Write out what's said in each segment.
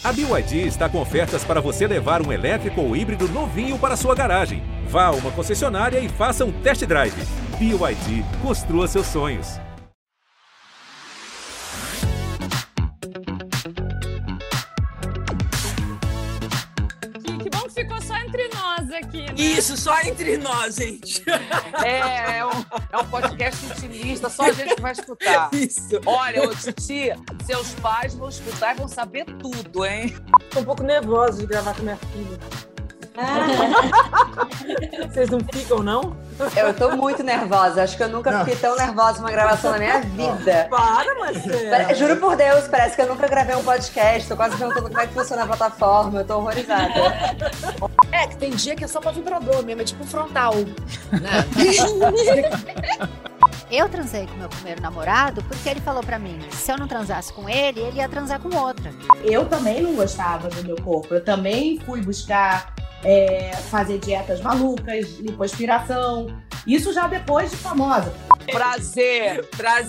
A BYD está com ofertas para você levar um elétrico ou híbrido novinho para sua garagem. Vá a uma concessionária e faça um test drive. BYD, construa seus sonhos. Que bom que ficou só entre nós aqui, né? Isso, só entre nós, gente. É um podcast intimista, só a gente vai escutar. Isso. Olha, ô Titi, seus pais vão escutar e vão saber tudo, hein? Tô um pouco nervosa de gravar com minha filha. Vocês não ficam, não? Eu tô muito nervosa. Acho que eu nunca fiquei tão nervosa numa gravação na minha vida. Para, Marcelo. Juro por Deus, parece que eu nunca gravei um podcast. Tô quase perguntando como é que funciona a plataforma. Eu tô horrorizada. É, que tem dia que é só pra vibrador mesmo, é tipo um frontal. Né? Eu transei com meu primeiro namorado porque ele falou pra mim, se eu não transasse com ele, ele ia transar com outra. Eu também não gostava do meu corpo. Eu também fui buscar fazer dietas malucas, lipoaspiração. Isso já depois de famosa. Prazer.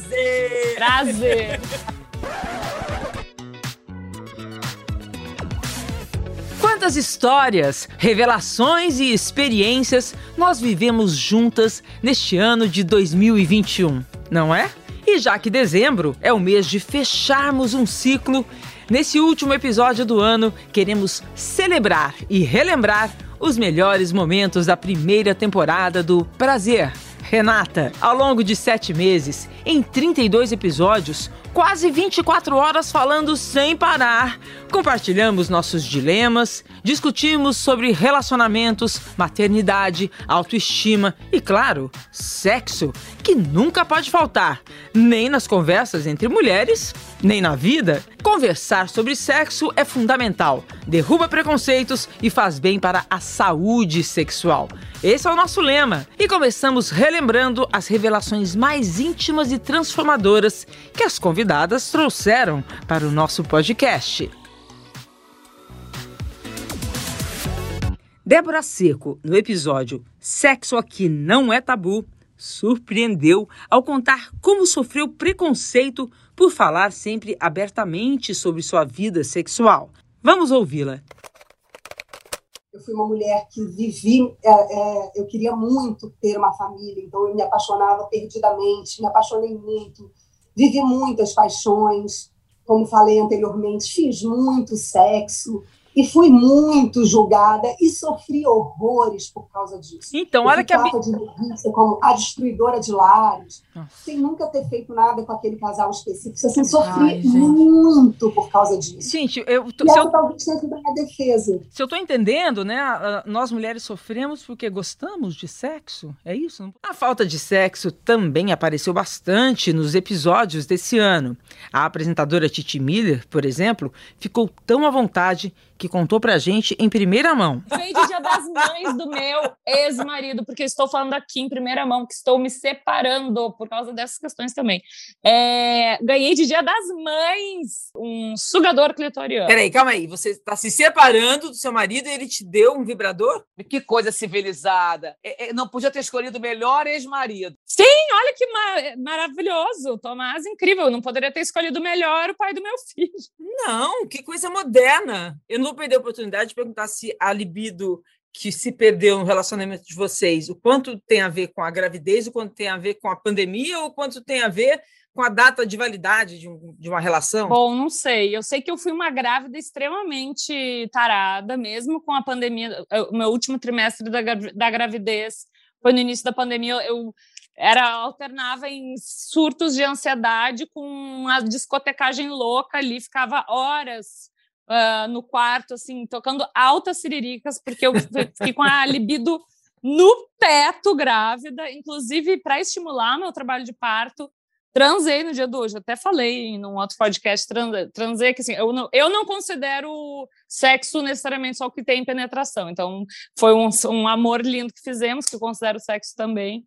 Quantas histórias, revelações e experiências nós vivemos juntas neste ano de 2021, não é? E já que dezembro é o mês de fecharmos um ciclo, nesse último episódio do ano queremos celebrar e relembrar os melhores momentos da primeira temporada do Prazer, Renata. Ao longo de 7 meses, em 32 episódios, quase 24 horas falando sem parar, compartilhamos nossos dilemas, discutimos sobre relacionamentos, maternidade, autoestima e, claro, sexo, que nunca pode faltar, nem nas conversas entre mulheres, nem na vida. Conversar sobre sexo é fundamental, derruba preconceitos e faz bem para a saúde sexual. Esse é o nosso lema. E começamos relembrando as revelações mais íntimas e transformadoras que as convidadas trouxeram para o nosso podcast. Débora Seco, no episódio Sexo Aqui Não É Tabu, surpreendeu ao contar como sofreu preconceito por falar sempre abertamente sobre sua vida sexual. Vamos ouvi-la. Eu fui uma mulher que eu queria muito ter uma família, então eu me apaixonava perdidamente, me apaixonei muito, vivi muitas paixões, como falei anteriormente, fiz muito sexo e fui muito julgada e sofri horrores por causa disso. Então, olha que de revista como a destruidora de lares, sem nunca ter feito nada com aquele casal específico, assim, sofri muito por causa disso. Gente, talvez tenha sido a minha defesa. Se eu estou entendendo, né, nós mulheres sofremos porque gostamos de sexo, é isso? A falta de sexo também apareceu bastante nos episódios desse ano. A apresentadora Titi Miller, por exemplo, ficou tão à vontade que contou pra gente em primeira mão. Ganhei de Dia das Mães do meu ex-marido, porque estou falando aqui em primeira mão, que estou me separando por causa dessas questões também. Ganhei de Dia das Mães um sugador clitoriano. Peraí, calma aí. Você está se separando do seu marido e ele te deu um vibrador? Que coisa civilizada. Não podia ter escolhido o melhor ex-marido. Sim, olha que maravilhoso. Tomás, incrível. Não poderia ter escolhido melhor o pai do meu filho. Não, que coisa moderna. Eu não vou perder a oportunidade de perguntar se a libido que se perdeu no relacionamento de vocês, o quanto tem a ver com a gravidez, o quanto tem a ver com a pandemia ou o quanto tem a ver com a data de validade de uma relação? Bom, não sei. Eu sei que eu fui uma grávida extremamente tarada, mesmo com a pandemia. O meu último trimestre da gravidez foi no início da pandemia. Eu alternava em surtos de ansiedade com uma discotecagem louca ali, ficava horas no quarto, assim, tocando altas siriricas, porque eu fiquei com a libido no teto, grávida, inclusive para estimular meu trabalho de parto. Transei no dia de hoje, até falei em um outro podcast, transei, que assim, eu não considero sexo necessariamente só o que tem penetração, então foi um amor lindo que fizemos, que eu considero sexo também,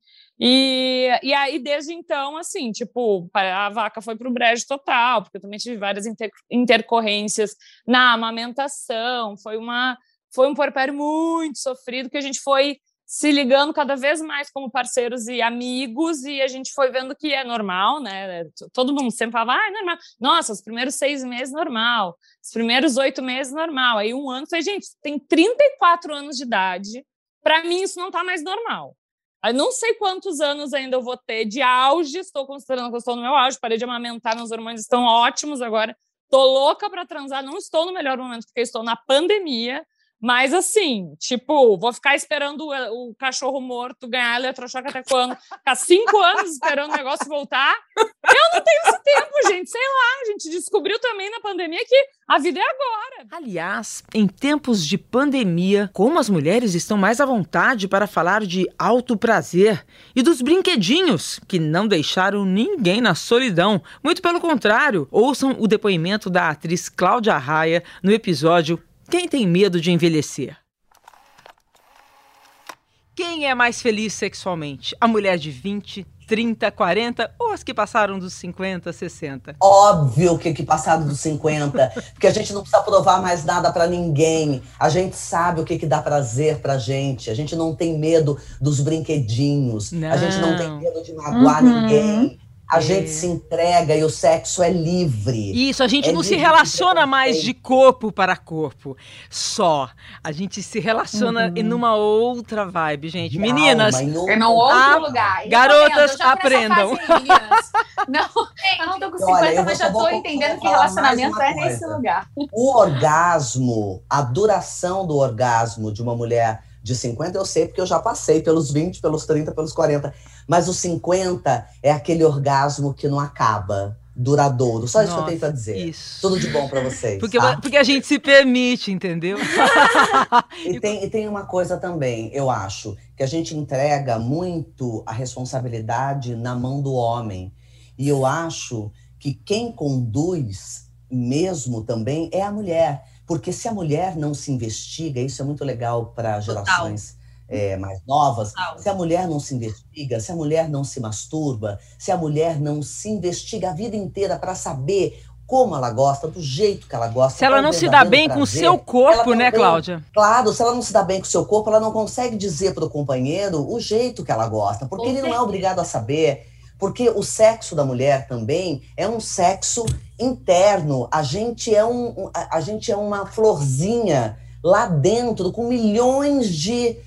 e aí desde então, assim, tipo, a vaca foi pro brejo total, porque eu também tive várias intercorrências na amamentação, foi um puerpério muito sofrido, que a gente foi se ligando cada vez mais como parceiros e amigos, e a gente foi vendo que é normal, né? Todo mundo sempre falava, é normal. Nossa, os primeiros 6 meses, normal. Os primeiros 8 meses, normal. Aí 1 ano, falei, gente, tem 34 anos de idade, para mim isso não tá mais normal. Eu não sei quantos anos ainda eu vou ter de auge, estou considerando que eu estou no meu auge, parei de amamentar, meus hormônios estão ótimos agora, tô louca para transar, não estou no melhor momento, porque estou na pandemia. Mas, assim, tipo, vou ficar esperando o cachorro morto ganhar eletrochoque até quando? Ficar 5 anos esperando o negócio voltar? Eu não tenho esse tempo, gente. Sei lá, a gente descobriu também na pandemia que a vida é agora. Aliás, em tempos de pandemia, como as mulheres estão mais à vontade para falar de alto prazer e dos brinquedinhos, que não deixaram ninguém na solidão. Muito pelo contrário, ouçam o depoimento da atriz Cláudia Raia no episódio Quem tem medo de envelhecer? Quem é mais feliz sexualmente? A mulher de 20, 30, 40 ou as que passaram dos 50, 60? Óbvio que passaram dos 50, porque a gente não precisa provar mais nada pra ninguém. A gente sabe o que dá prazer pra gente. A gente não tem medo dos brinquedinhos. Não. A gente não tem medo de magoar ninguém. A gente se entrega e o sexo é livre. Isso, a gente não se relaciona mais de corpo para corpo. Só. A gente se relaciona numa outra vibe, gente. Meninas, é num outro lugar. Garotas, aprendam. Não, eu não tô com 50, mas já tô entendendo que relacionamento é nesse lugar. O orgasmo, a duração do orgasmo de uma mulher de 50, eu sei porque eu já passei pelos 20, pelos 30, pelos 40. Mas os 50 é aquele orgasmo que não acaba, duradouro. Só isso que eu tenho pra dizer. Isso. Tudo de bom pra vocês. Porque a gente se permite, entendeu? E tem uma coisa também, eu acho, que a gente entrega muito a responsabilidade na mão do homem. E eu acho que quem conduz mesmo também é a mulher. Porque se a mulher não se investiga, isso é muito legal para gerações mais novas, se a mulher não se investiga, se a mulher não se masturba, se a mulher não se investiga a vida inteira para saber como ela gosta, do jeito que ela gosta. Se ela não se dá bem com o seu corpo, né, Cláudia? Claro, se ela não se dá bem com o seu corpo, ela não consegue dizer para o companheiro o jeito que ela gosta, porque ele não é obrigado a saber. Porque o sexo da mulher também é um sexo interno. A gente é uma florzinha lá dentro, com milhões de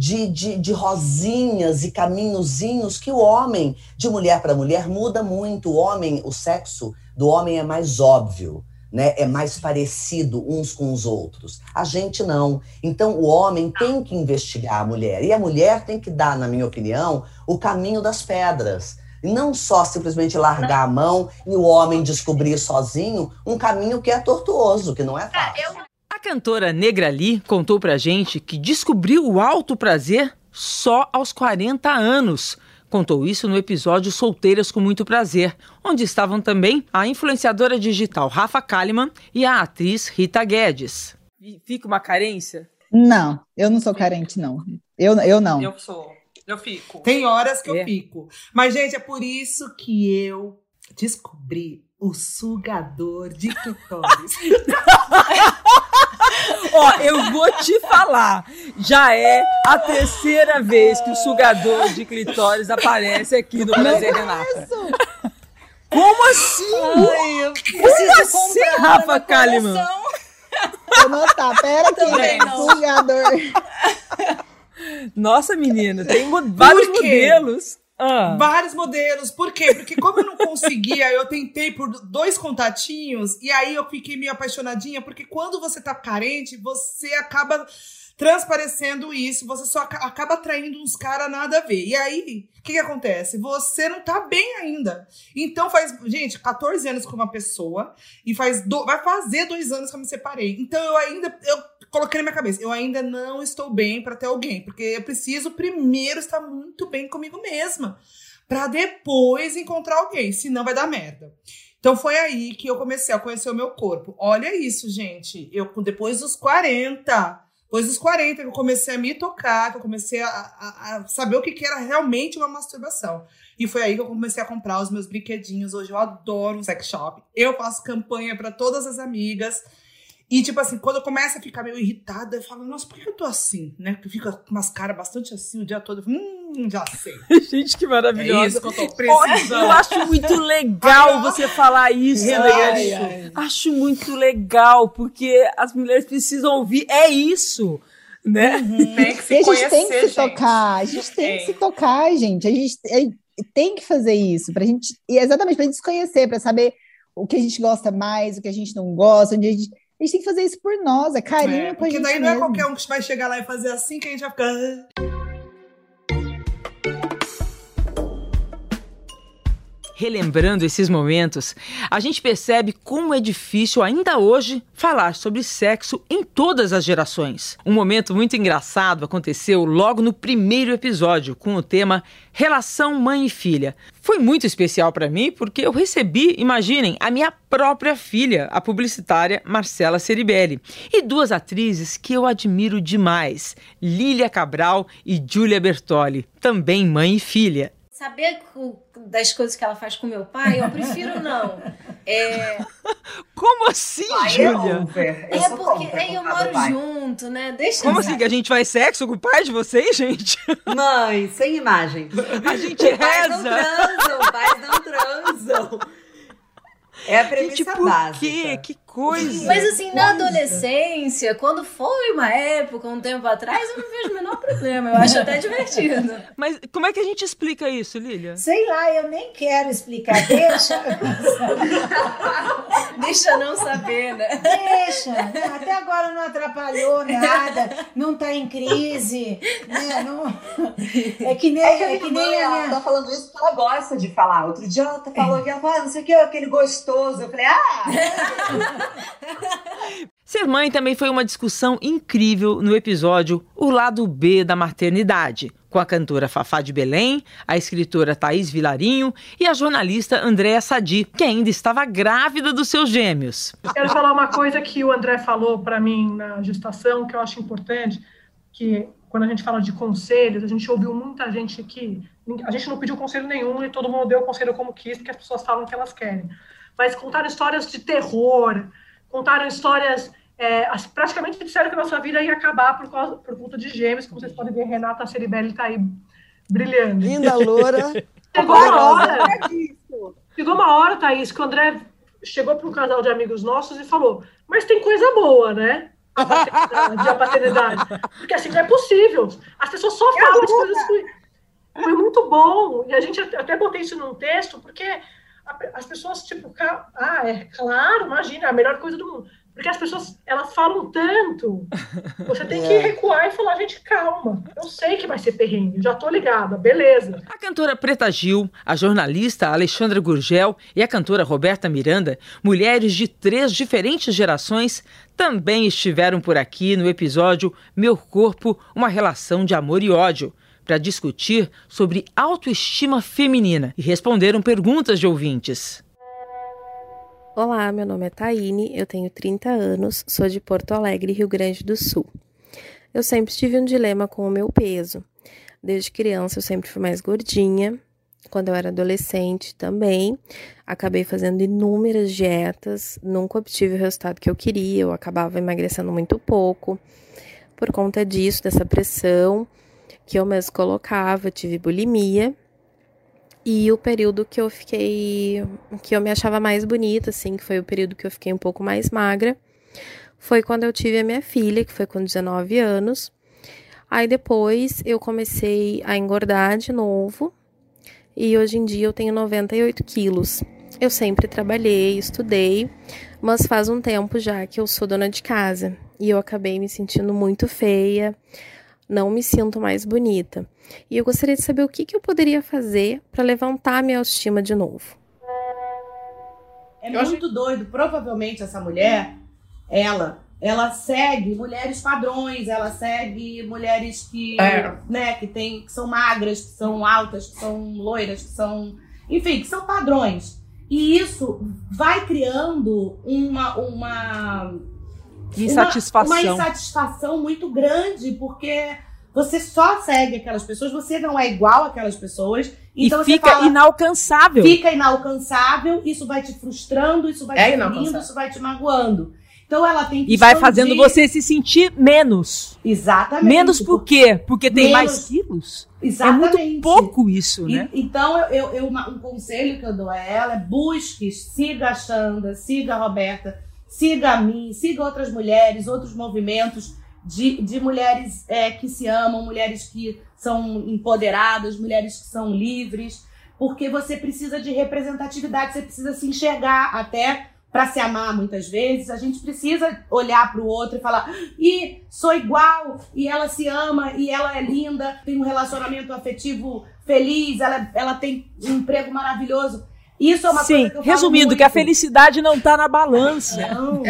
rosinhas e caminhozinhos que o homem, de mulher para mulher, muda muito. O sexo do homem é mais óbvio, né? É mais parecido uns com os outros. A gente não. Então o homem tem que investigar a mulher. E a mulher tem que dar, na minha opinião, o caminho das pedras. E não só simplesmente largar a mão e o homem descobrir sozinho um caminho que é tortuoso, que não é fácil. A cantora Negra Lee contou pra gente que descobriu o alto prazer só aos 40 anos. Contou isso no episódio Solteiras com Muito Prazer, onde estavam também a influenciadora digital Rafa Kalimann e a atriz Rita Guedes. Fica uma carência? Não, eu não sou carente, não. Eu não. Eu sou. Eu fico. Tem horas que eu fico. Mas, gente, é por isso que eu descobri o sugador de clitóris. Ó, eu vou te falar. Já é a 3ª vez que o sugador de clitóris aparece aqui no Prazer Renata. Como assim? Ai, como assim, Rafa Kalimann? Vou notar, pera aqui, sugador. Nossa, menina, tem vários modelos. Vários modelos. Por quê? Porque como eu não conseguia, eu tentei por 2 contatinhos e aí eu fiquei meio apaixonadinha, porque quando você tá carente, você acaba transparecendo isso, você só acaba atraindo uns caras nada a ver. E aí, o que acontece? Você não tá bem ainda. Então faz, gente, 14 anos com uma pessoa e vai fazer 2 anos que eu me separei. Então eu coloquei na minha cabeça, eu ainda não estou bem pra ter alguém, porque eu preciso primeiro estar muito bem comigo mesma, pra depois encontrar alguém, senão vai dar merda. Então foi aí que eu comecei a conhecer o meu corpo. Olha isso, gente, depois dos 40, que eu comecei a me tocar, que eu comecei a saber o que era realmente uma masturbação. E foi aí que eu comecei a comprar os meus brinquedinhos. Hoje eu adoro um sex shop, eu faço campanha pra todas as amigas. E, tipo assim, quando eu começo a ficar meio irritada, eu falo, nossa, por que eu tô assim, né? Porque fica com umas caras bastante assim o dia todo. Eu falo, já sei. Gente, que maravilhosa. É isso que eu tô precisando. Eu acho muito legal você falar isso, né? Acho muito legal, porque as mulheres precisam ouvir. É isso, né? Tem que se E a gente conhecer, tem que se gente. tocar. A gente tem que se tocar, gente. A gente tem que fazer isso pra gente, e exatamente pra gente se conhecer, pra saber o que a gente gosta mais, o que a gente não gosta, onde a gente tem que fazer isso por nós, é carinho com a gente Porque daí não é mesmo. qualquer um que vai chegar lá e fazer assim que a gente vai ficar... Relembrando esses momentos, a gente percebe como é difícil ainda hoje falar sobre sexo em todas as gerações. Um momento muito engraçado aconteceu logo no primeiro episódio, com o tema Relação Mãe e Filha. Foi muito especial para mim porque eu recebi, imaginem, a minha própria filha, a publicitária Marcela Ceribelli, e duas atrizes que eu admiro demais, Lília Cabral e Júlia Bertoli, também mãe e filha. Saber das coisas que ela faz com meu pai, eu prefiro não. Como assim, Júlia? É porque aí eu moro junto, né? Deixa Como assim, que a gente faz sexo com o pai de vocês, gente? Mãe, sem imagem. A gente reza. Pais não transam. É a premissa gente, por básica. Quê? Que coisa. Mas assim, na adolescência, quando foi uma época, um tempo atrás, eu não vejo o menor problema. Eu acho até divertido. Mas como é que a gente explica isso, Lília? Sei lá, eu nem quero explicar. Deixa. Deixa não saber, né? Deixa. Até agora não atrapalhou nada. Não tá em crise. Né? Não... É que nem a minha... tá falando isso porque ela gosta de falar. Outro dia ela falou que ela falou, não sei o que, aquele gostoso. Eu falei, Ser mãe também foi uma discussão incrível no episódio O Lado B da Maternidade, com a cantora Fafá de Belém, a escritora Thaís Vilarinho e a jornalista Andréa Sadi, que ainda estava grávida dos seus gêmeos. Quero falar uma coisa que o André falou para mim na gestação, que eu acho importante, que quando a gente fala de conselhos, a gente ouviu muita gente que... A gente não pediu conselho nenhum e todo mundo deu o conselho como quis, porque as pessoas falam o que elas querem. Mas contaram histórias de terror, contaram histórias... praticamente disseram que a nossa vida ia acabar por conta de gêmeos. Como vocês podem ver, Renata Ceribelli está aí brilhando. Linda, loura. Chegou uma hora, Thaís, que o André chegou para um casal de amigos nossos e falou, mas tem coisa boa, né? A paternidade. Porque assim, não é possível. As pessoas só falam as coisas que... Foi muito bom. E a gente até botei isso num texto, porque as pessoas, tipo, é claro, imagina, é a melhor coisa do mundo. Porque as pessoas, elas falam tanto. Você tem que recuar e falar, gente, calma. Eu sei que vai ser perrengue, já tô ligada, beleza. A cantora Preta Gil, a jornalista Alexandra Gurgel e a cantora Roberta Miranda, mulheres de 3 diferentes gerações, também estiveram por aqui no episódio Meu Corpo, uma relação de amor e ódio, para discutir sobre autoestima feminina e responderam perguntas de ouvintes. Olá, meu nome é Taine, eu tenho 30 anos, sou de Porto Alegre, Rio Grande do Sul. Eu sempre tive um dilema com o meu peso. Desde criança eu sempre fui mais gordinha, quando eu era adolescente também. Acabei fazendo inúmeras dietas, nunca obtive o resultado que eu queria, eu acabava emagrecendo muito pouco. Por conta disso, dessa pressão que eu mesmo colocava, eu tive bulimia. E o período que eu me achava mais bonita, assim, que foi o período que eu fiquei um pouco mais magra, foi quando eu tive a minha filha, que foi com 19 anos. Aí depois eu comecei a engordar de novo e hoje em dia eu tenho 98 quilos. Eu sempre trabalhei, estudei, mas faz um tempo já que eu sou dona de casa e eu acabei me sentindo muito feia, não me sinto mais bonita. E eu gostaria de saber o que eu poderia fazer para levantar a minha autoestima de novo. É muito doido. Provavelmente essa mulher, ela segue mulheres padrões, ela segue mulheres que, né, que são magras, que são altas, que são loiras, que são... Enfim, que são padrões. E isso vai criando uma insatisfação muito grande, porque... Você só segue aquelas pessoas, você não é igual àquelas pessoas. Então e fica inalcançável. Fica inalcançável, isso vai te frustrando, isso vai te ferindo, isso vai te magoando. Então ela tem que E vai fazendo você se sentir menos. Exatamente. Menos por quê? Porque tem mais quilos? Exatamente. É muito pouco isso, né? Então, um conselho que eu dou a ela é busque, siga a Xanda, siga a Roberta, siga a mim, siga outras mulheres, outros movimentos de mulheres que se amam, mulheres que são empoderadas, mulheres que são livres, porque você precisa de representatividade, você precisa se enxergar até para se amar muitas vezes. A gente precisa olhar para o outro e falar: e sou igual, e ela se ama, e ela é linda, tem um relacionamento afetivo feliz, ela tem um emprego maravilhoso. Isso é uma coisa que eu falo resumindo, muito. que a felicidade não está na balança. Não.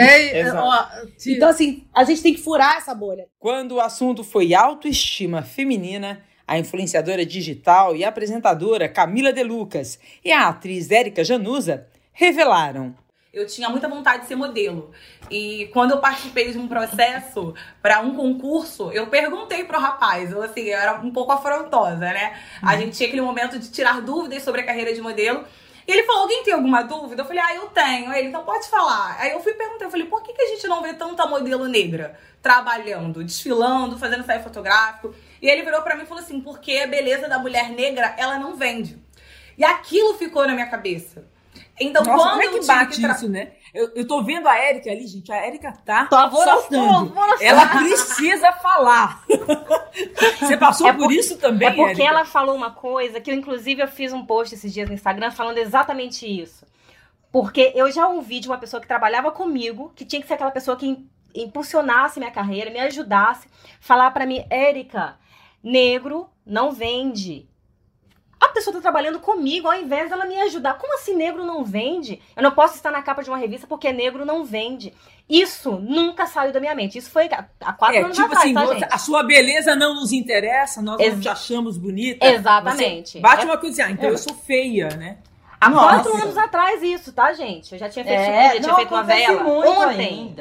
Então, assim, a gente tem que furar essa bolha. Quando o assunto foi autoestima feminina, a influenciadora digital e apresentadora Camila De Lucas e a atriz Érica Januza revelaram: eu tinha muita vontade de ser modelo. E quando eu participei de um processo para um concurso, eu perguntei pro rapaz. Eu era um pouco afrontosa, né? A gente tinha aquele momento de tirar dúvidas sobre a carreira de modelo. E ele falou: alguém tem alguma dúvida? Eu falei: eu tenho. Aí ele: então pode falar. Aí eu fui perguntar, eu falei: por que a gente não vê tanta modelo negra trabalhando, desfilando, fazendo ensaio fotográfico? E ele virou pra mim e falou assim: porque a beleza da mulher negra, ela não vende. E aquilo ficou na minha cabeça. Então, nossa, quando como é que bate isso, né? Eu tô vendo a Érica ali, gente. A Érica tá soltando. Ela precisa falar. Você passou por isso também, É porque Érica? ela falou uma coisa que, inclusive, eu fiz um post esses dias no Instagram falando exatamente isso. Porque eu já ouvi de uma pessoa que trabalhava comigo, que tinha que ser aquela pessoa que impulsionasse minha carreira, me ajudasse, falar pra mim: Érica, negro não vende. A pessoa tá trabalhando comigo, ao invés dela me ajudar. Como assim negro não vende? Eu não posso estar na capa de uma revista porque negro não vende. Isso nunca saiu da minha mente. Isso foi há 4 anos atrás, assim, tá, gente? A sua beleza não nos interessa, nós não te achamos bonita. Exatamente. Você bate uma coisa assim: então eu sou feia, né? Há 4 anos atrás isso, tá, gente? Eu já tinha feito já tinha feito uma vela ontem.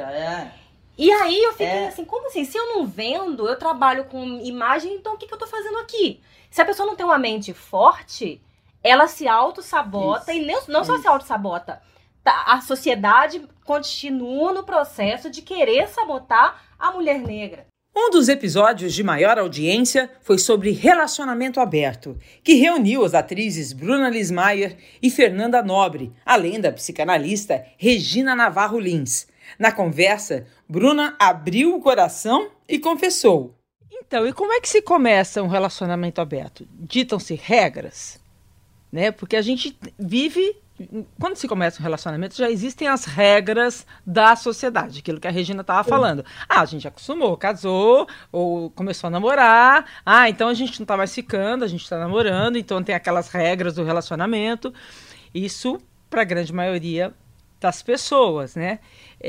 E aí eu fiquei assim: como assim? Se eu não vendo, eu trabalho com imagem, então o que eu tô fazendo aqui? Se a pessoa não tem uma mente forte, ela se auto-sabota e não só se auto-sabota. A sociedade continua no processo de querer sabotar a mulher negra. Um dos episódios de maior audiência foi sobre relacionamento aberto, que reuniu as atrizes Bruna Lismayer e Fernanda Nobre, além da psicanalista Regina Navarro Lins. Na conversa, Bruna abriu o coração e confessou: então, e como é que se começa um relacionamento aberto? Ditam-se regras, né? Porque a gente vive... Quando se começa um relacionamento, já existem as regras da sociedade, aquilo que a Regina estava falando. A gente acostumou, casou, ou começou a namorar. Então a gente não está mais ficando, a gente está namorando, então tem aquelas regras do relacionamento. Isso para a grande maioria das pessoas, né?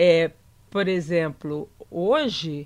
Por exemplo, hoje...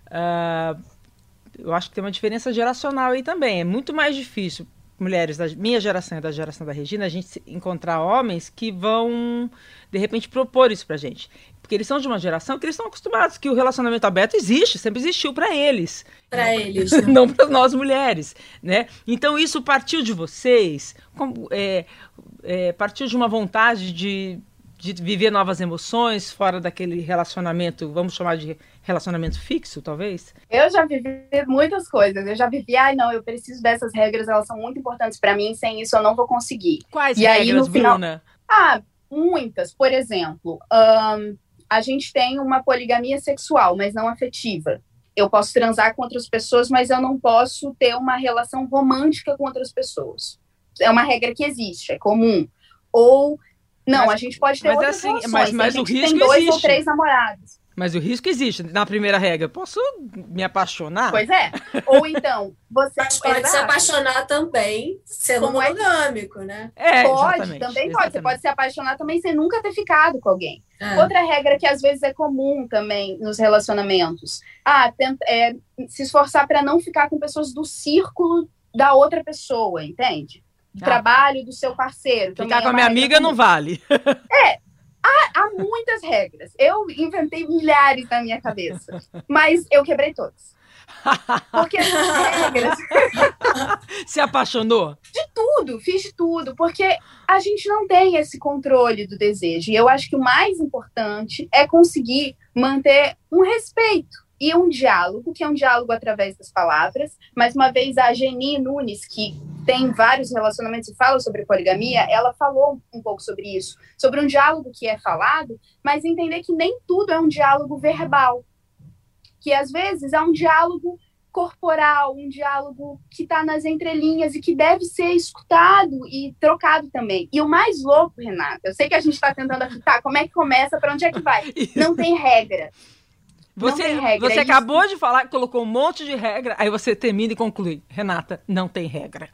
eu acho que tem uma diferença geracional aí também. É muito mais difícil, mulheres da minha geração e da geração da Regina, a gente encontrar homens que vão, de repente, propor isso pra gente. Porque eles são de uma geração que eles estão acostumados que o relacionamento aberto existe, sempre existiu para eles. Para eles. Não para nós mulheres, né? Então isso partiu de vocês? Partiu de uma vontade de viver novas emoções fora daquele relacionamento, vamos chamar de relacionamento fixo, talvez? Eu já vivi muitas coisas. Eu já vivi, eu preciso dessas regras, elas são muito importantes pra mim, sem isso eu não vou conseguir. Quais e regras, aí, no final... Bruna? Muitas. Por exemplo, a gente tem uma poligamia sexual, mas não afetiva. Eu posso transar com outras pessoas, mas eu não posso ter uma relação romântica com outras pessoas. É uma regra que existe, é comum. Ou... Não, a gente pode ter outras relações. Mas a o gente risco tem 2 existe. ou 3 namorados. Mas o risco existe. Na primeira regra, eu posso me apaixonar? Pois é. Ou então, você... Mas pode se apaixonar também, sendo monogâmico, né? Pode, também pode. Você pode se apaixonar também sem nunca ter ficado com alguém. Outra regra que às vezes é comum também nos relacionamentos. Se esforçar para não ficar com pessoas do círculo da outra pessoa, entende? Do trabalho do seu parceiro. Ficar com a minha amiga não vale. Há muitas regras. Eu inventei milhares na minha cabeça, mas eu quebrei todas. Porque as regras... Se apaixonou? De tudo, fiz de tudo, porque a gente não tem esse controle do desejo. E eu acho que o mais importante é conseguir manter um respeito e um diálogo, que é um diálogo através das palavras. Mais uma vez, a Geni Nunes, que tem vários relacionamentos e fala sobre poligamia, ela falou um pouco sobre isso, sobre um diálogo que é falado, mas entender que nem tudo é um diálogo verbal, que às vezes é um diálogo corporal, um diálogo que está nas entrelinhas e que deve ser escutado e trocado também. E o mais louco, Renata, eu sei que a gente está tentando afitar, como é que começa, para onde é que vai? Não tem regra. Você acabou de falar que colocou um monte de regra, aí você termina e conclui. Renata, não tem regra.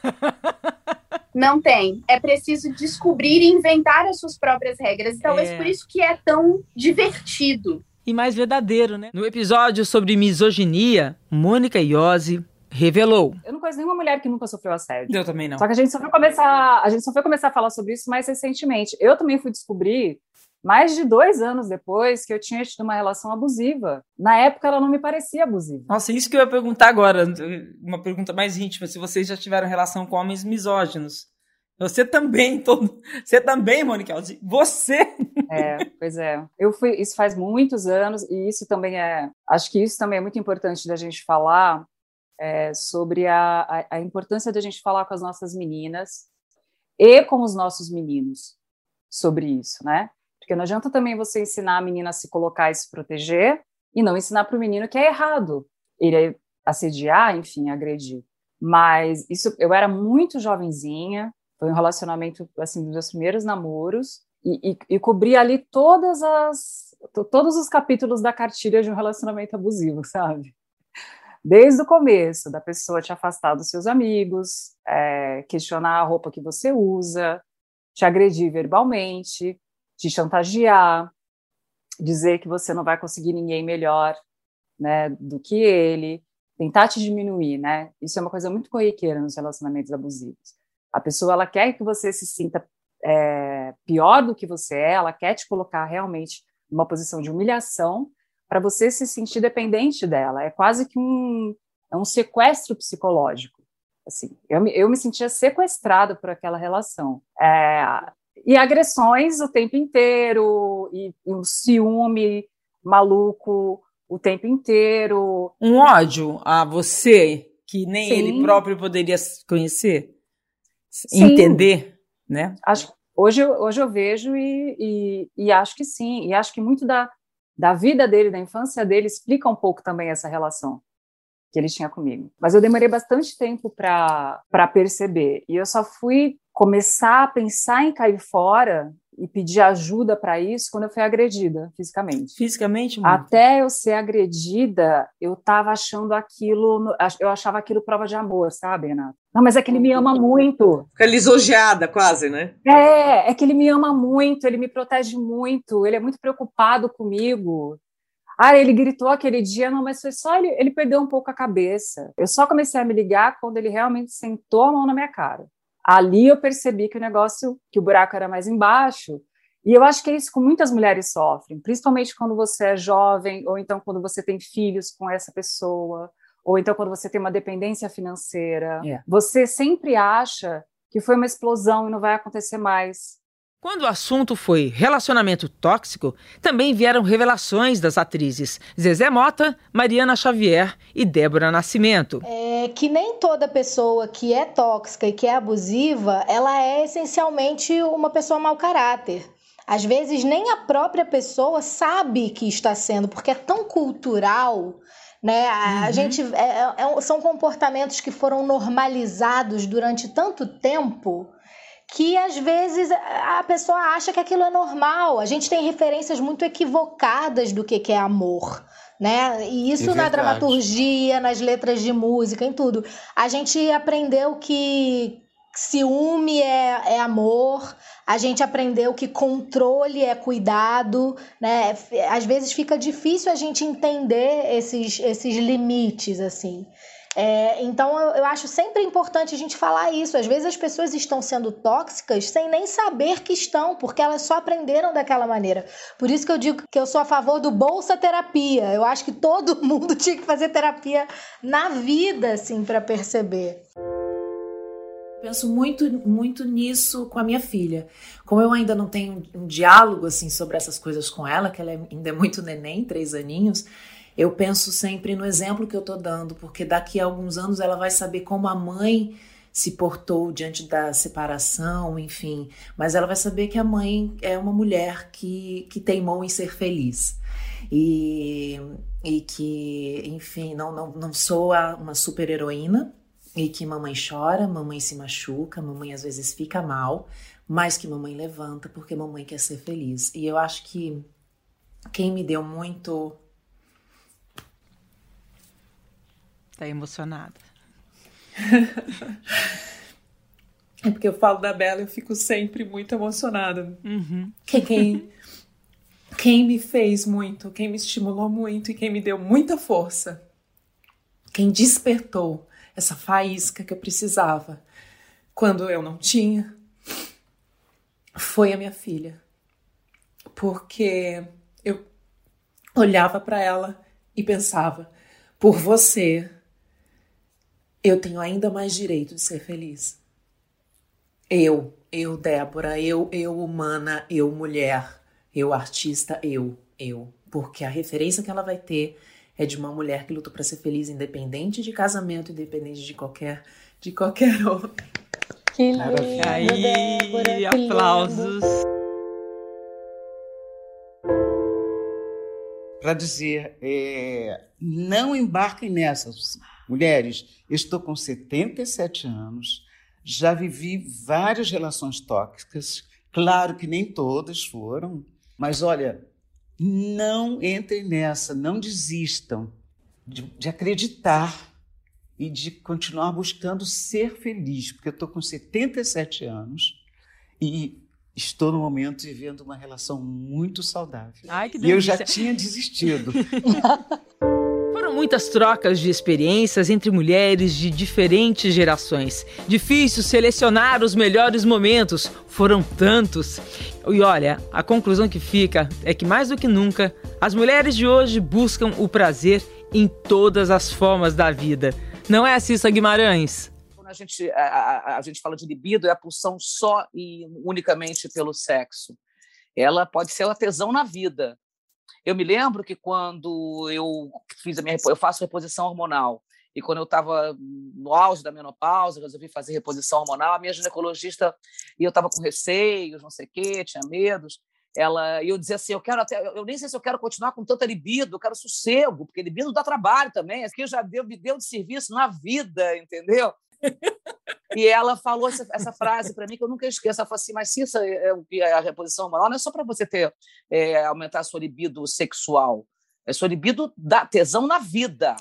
Não tem. É preciso descobrir e inventar as suas próprias regras. E talvez por isso que é tão divertido. E mais verdadeiro, né? No episódio sobre misoginia, Mônica Iose revelou. Eu não conheço nenhuma mulher que nunca sofreu assédio. Eu também não. Só que a gente só foi começar a falar sobre isso mais recentemente. Eu também fui descobrir mais de 2 anos depois que eu tinha tido uma relação abusiva. Na época, ela não me parecia abusiva. Nossa, isso que eu ia perguntar agora. Uma pergunta mais íntima. Se vocês já tiveram relação com homens misóginos. Você também, Mônica. Você! Pois é. Isso faz muitos anos e isso também acho que isso também é muito importante da gente falar sobre a importância da gente falar com as nossas meninas e com os nossos meninos sobre isso, né? Porque não adianta também você ensinar a menina a se colocar e se proteger e não ensinar para o menino que é errado ele assediar, enfim, agredir. Mas isso, eu era muito jovenzinha, foi um relacionamento, assim, dos meus primeiros namoros, e cobri ali todos os capítulos da cartilha de um relacionamento abusivo, sabe? Desde o começo, da pessoa te afastar dos seus amigos, questionar a roupa que você usa, te agredir verbalmente, te chantagear, dizer que você não vai conseguir ninguém melhor, né, do que ele, tentar te diminuir, né? Isso é uma coisa muito corriqueira nos relacionamentos abusivos. A pessoa, ela quer que você se sinta pior do que você é, ela quer te colocar realmente numa posição de humilhação para você se sentir dependente dela. É quase que um sequestro psicológico. Assim, eu me sentia sequestrada por aquela relação. E agressões o tempo inteiro, e um ciúme maluco o tempo inteiro. Um ódio a você que nem Sim. ele próprio poderia conhecer? Sim. Entender, né? Hoje eu vejo e acho que sim. E acho que muito da vida dele, da infância dele, explica um pouco também essa relação que ele tinha comigo. Mas eu demorei bastante tempo para perceber. E eu só fui começar a pensar em cair fora e pedir ajuda para isso quando eu fui agredida fisicamente. Fisicamente, mano? Até eu ser agredida, eu estava achando aquilo, eu achava aquilo prova de amor, sabe, Renata? Não, mas é que ele me ama muito. Fica lisonjeada quase, né? É que ele me ama muito, ele me protege muito, ele é muito preocupado comigo. Ele gritou aquele dia, não, mas foi só ele perdeu um pouco a cabeça. Eu só comecei a me ligar quando ele realmente sentou a mão na minha cara. Ali eu percebi que o buraco era mais embaixo, e eu acho que é isso que muitas mulheres sofrem, principalmente quando você é jovem, ou então quando você tem filhos com essa pessoa, ou então quando você tem uma dependência financeira. Você sempre acha que foi uma explosão e não vai acontecer mais. Quando o assunto foi relacionamento tóxico, também vieram revelações das atrizes Zezé Mota, Mariana Xavier e Débora Nascimento. Que nem toda pessoa que é tóxica e que é abusiva, ela é essencialmente uma pessoa mau caráter. Às vezes nem a própria pessoa sabe que está sendo, porque é tão cultural, né? A gente são comportamentos que foram normalizados durante tanto tempo que às vezes a pessoa acha que aquilo é normal. A gente tem referências muito equivocadas do que é amor, né? E isso na dramaturgia, nas letras de música, em tudo. A gente aprendeu que ciúme é amor, a gente aprendeu que controle é cuidado, né? Às vezes fica difícil a gente entender esses limites, assim. Então eu acho sempre importante a gente falar isso. Às vezes as pessoas estão sendo tóxicas sem nem saber que estão, porque elas só aprenderam daquela maneira. Por isso que eu digo que eu sou a favor do Bolsa Terapia. Eu acho que todo mundo tinha que fazer terapia na vida, assim, para perceber. Penso muito nisso com a minha filha. Como eu ainda não tenho um diálogo assim sobre essas coisas com ela, que ela ainda é muito neném, 3 aninhos, eu penso sempre no exemplo que eu tô dando, porque daqui a alguns anos ela vai saber como a mãe se portou diante da separação, enfim. Mas ela vai saber que a mãe é uma mulher que teimou em ser feliz. E que, enfim, não sou uma super-heroína, e que mamãe chora, mamãe se machuca, mamãe às vezes fica mal, mas que mamãe levanta porque mamãe quer ser feliz. E eu acho que quem me deu muito... Tá emocionada. É porque eu falo da Bela e eu fico sempre muito emocionada. Uhum. Quem me fez muito, quem me estimulou muito e quem me deu muita força, quem despertou essa faísca que eu precisava quando eu não tinha, foi a minha filha. Porque eu olhava para ela e pensava, por você, eu tenho ainda mais direito de ser feliz. Eu, Débora, eu humana, eu mulher, eu artista, eu. Porque a referência que ela vai ter é de uma mulher que lutou para ser feliz, independente de casamento, independente de qualquer outro. Que lindo, Aí, Débora, que aplausos. Para dizer, não embarquem nessas. Mulheres, eu estou com 77 anos, já vivi várias relações tóxicas, claro que nem todas foram, mas olha, não entrem nessa, não desistam de acreditar e de continuar buscando ser feliz, porque eu estou com 77 anos e estou no momento vivendo uma relação muito saudável. Ai, que e eu já delícia. tinha desistido. Foram muitas trocas de experiências entre mulheres de diferentes gerações. Difícil selecionar os melhores momentos, foram tantos. E olha, a conclusão que fica é que mais do que nunca, as mulheres de hoje buscam o prazer em todas as formas da vida. Não é, Cissa Guimarães? Quando a gente fala de libido, é a pulsão só e unicamente pelo sexo. Ela pode ser o tesão na vida. Eu me lembro que quando eu faço reposição hormonal, e quando eu estava no auge da menopausa, resolvi fazer reposição hormonal, a minha ginecologista, e eu estava com receios, não sei o quê, tinha medos, e eu dizia assim, eu nem sei se eu quero continuar com tanta libido, eu quero sossego, porque libido dá trabalho também, aqui me deu de serviço na vida, entendeu? E ela falou essa frase para mim que eu nunca esqueço. Ela falou assim, mas Cissa, a reposição hormonal não é só para você aumentar a sua libido sexual, é sua libido da tesão na vida.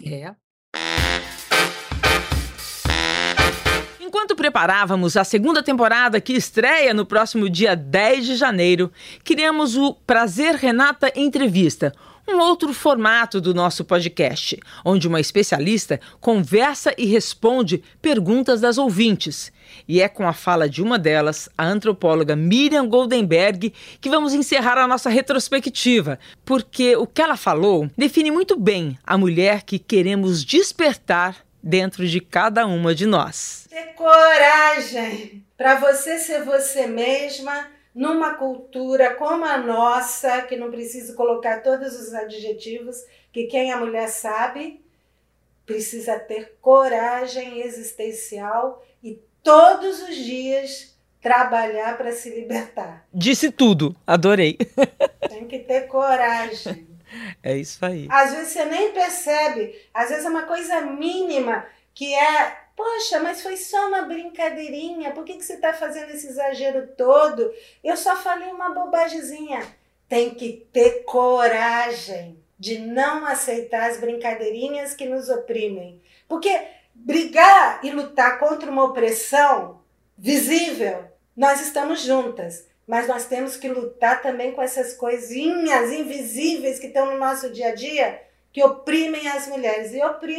Enquanto preparávamos a segunda temporada que estreia no próximo dia 10 de janeiro, criamos o Prazer Renata Entrevista, um outro formato do nosso podcast, onde uma especialista conversa e responde perguntas das ouvintes. E é com a fala de uma delas, a antropóloga Miriam Goldenberg, que vamos encerrar a nossa retrospectiva, porque o que ela falou define muito bem a mulher que queremos despertar dentro de cada uma de nós. Ter coragem para você ser você mesma numa cultura como a nossa, que não precisa colocar todos os adjetivos, que quem é mulher sabe, precisa ter coragem existencial e todos os dias trabalhar para se libertar. Disse tudo, adorei. Tem que ter coragem. É isso aí. Às vezes você nem percebe, às vezes é uma coisa mínima que é, poxa, mas foi só uma brincadeirinha, por que você está fazendo esse exagero todo? Eu só falei uma bobagemzinha. Tem que ter coragem de não aceitar as brincadeirinhas que nos oprimem. Porque brigar e lutar contra uma opressão visível, nós estamos juntas. Mas nós temos que lutar também com essas coisinhas invisíveis que estão no nosso dia a dia, que oprimem as mulheres. E oprimem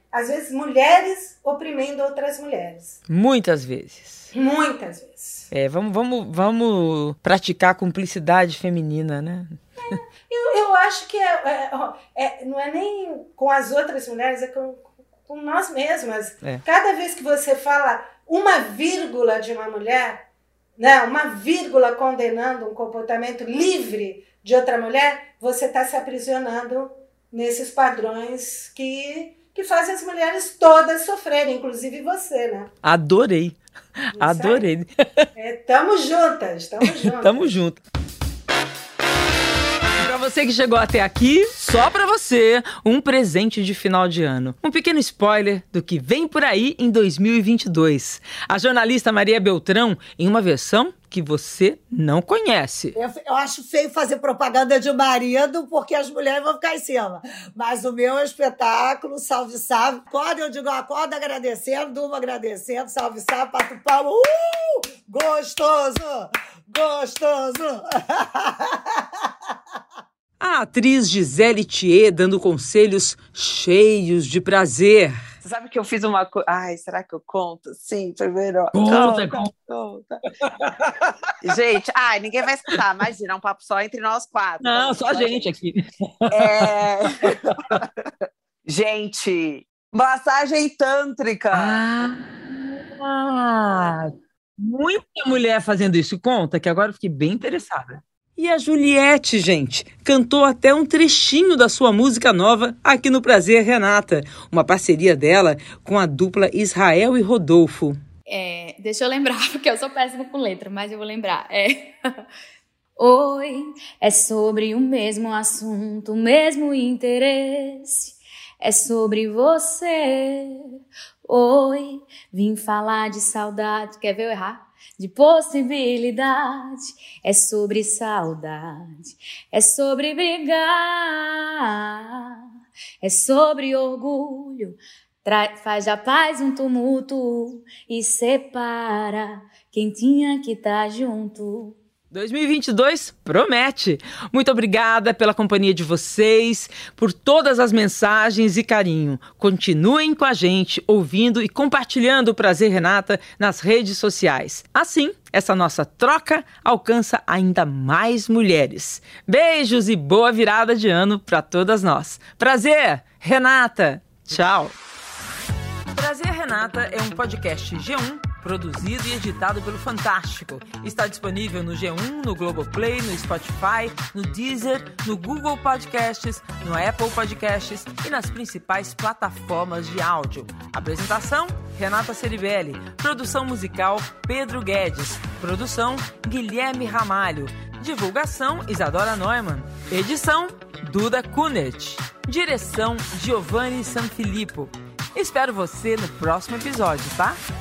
às vezes, mulheres oprimindo outras mulheres. Muitas vezes. Muitas vezes. Vamos praticar a cumplicidade feminina, né? Eu acho que não é nem com as outras mulheres, é com nós mesmas. Cada vez que você fala uma vírgula de uma mulher, né, uma vírgula condenando um comportamento livre de outra mulher, você está se aprisionando nesses padrões que fazem as mulheres todas sofrerem, inclusive você, né? Adorei. Adorei. Tamo juntas. Tamo junto. Pra você que chegou até aqui, só pra você, um presente de final de ano. Um pequeno spoiler do que vem por aí em 2022. A jornalista Maria Beltrão em uma versão que você não conhece. Eu acho feio fazer propaganda de marido, porque as mulheres vão ficar em cima. Mas o meu é um espetáculo, salve, salve. Acorda, eu digo, acorda agradecendo, durmo agradecendo, salve, salve, pato palmo. Gostoso! Gostoso! A atriz Gisele Thier dando conselhos cheios de prazer. Você sabe que eu fiz uma coisa... Ai, será que eu conto? Sim, primeiro. Conta. Gente, ninguém vai escutar, imagina, um papo só entre nós quatro. Não, só a gente aqui. Gente, massagem tântrica. Muita mulher fazendo isso. Conta, que agora eu fiquei bem interessada. E a Juliette, gente, cantou até um trechinho da sua música nova aqui no Prazer Renata, uma parceria dela com a dupla Israel e Rodolfo. Deixa eu lembrar, porque eu sou péssima com letra, mas eu vou lembrar. Oi, é sobre o mesmo assunto, o mesmo interesse, é sobre você. Oi, vim falar de saudade, quer ver eu errar? De possibilidade, é sobre saudade, é sobre brigar, é sobre orgulho, faz da paz um tumulto e separa quem tinha que estar junto. 2022 promete! Muito obrigada pela companhia de vocês, por todas as mensagens e carinho. Continuem com a gente, ouvindo e compartilhando o Prazer Renata nas redes sociais. Assim, essa nossa troca alcança ainda mais mulheres. Beijos e boa virada de ano para todas nós. Prazer, Renata! Tchau! Prazer Renata é um podcast G1, produzido e editado pelo Fantástico. Está disponível no G1, no Globoplay, no Spotify, no Deezer, no Google Podcasts, no Apple Podcasts e nas principais plataformas de áudio. Apresentação, Renata Ceribelli. Produção musical, Pedro Guedes. Produção, Guilherme Ramalho. Divulgação, Isadora Neumann. Edição, Duda Kunert. Direção, Giovanni Sanfilippo. Espero você no próximo episódio, tá?